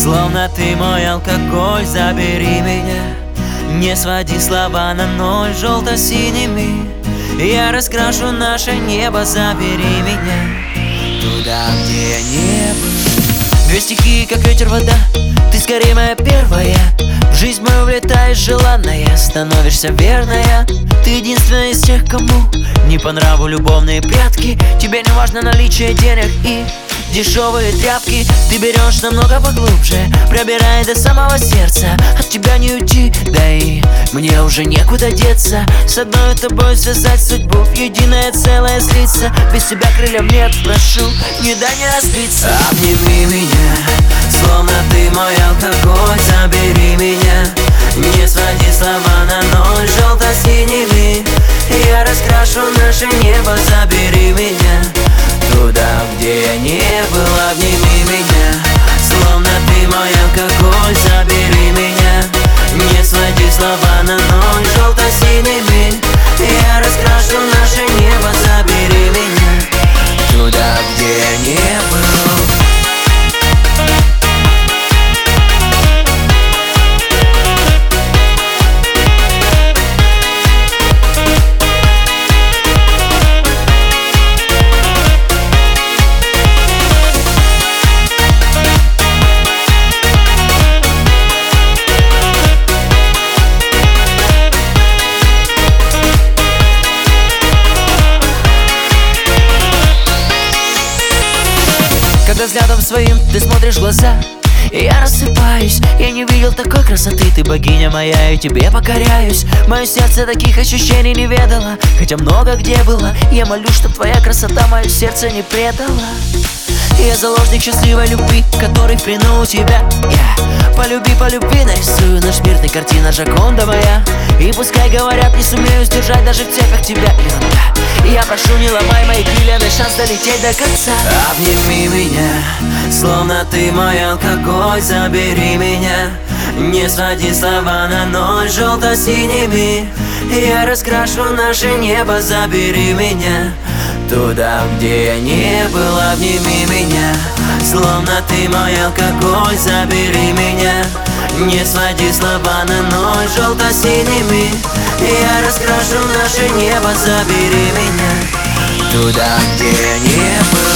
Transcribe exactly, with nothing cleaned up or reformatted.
Словно ты мой алкоголь, забери меня. Не своди слова на ноль желто-синими. Я раскрашу наше небо, забери меня туда, где я не был. Две стихии, как ветер, вода. Ты скорее моя первая. В жизнь мою влетаешь желанная, становишься верная. Ты единственная из тех, кому не по нраву любовные прятки. Тебе не важно наличие денег и дешевые тряпки. Ты берешь намного поглубже, пробирая до самого сердца. От тебя не уйти, да и мне уже некуда деться. С одной тобой связать судьбу в единое целое слиться. Без тебя крыльям нет, прошу, не дай мне разбиться. Обними меня, словно ты мой алкоголь, забери меня. Не своди слова на ноль желто-синими. Я раскрашу наше небо, забери меня туда, где я не был. Обними меня, словно ты мой алкоголь, забери меня. Не своди слова на ноль желто-синими. Я раскрашу наше небо, забери меня туда, где я не был. Когда взглядом своим ты смотришь в глаза, я рассыпаюсь. Я не видел такой красоты, ты богиня моя, и тебе покоряюсь. Мое сердце таких ощущений не ведало, хотя много где было. Я молю, чтоб твоя красота мое сердце не предала. Я заложник счастливой любви, который в плену у тебя. Я полюби, по любви нарисую наш мир, ты картина Джоконда моя. И пускай говорят, не сумею сдержать даже в цепях тебя. Ерунда. Я прошу, не ломай мои крылья, дай шанс долететь до конца. Обними меня, словно ты мой алкоголь, забери меня. Не своди слова на ноль желто-синими. Я раскрашу наше небо, забери меня туда, где я не был. Обними меня, словно ты мой алкоголь, забери меня. Не своди слова на ноль желто-синими. Я раскрашу наше небо, забери меня туда, где я не был.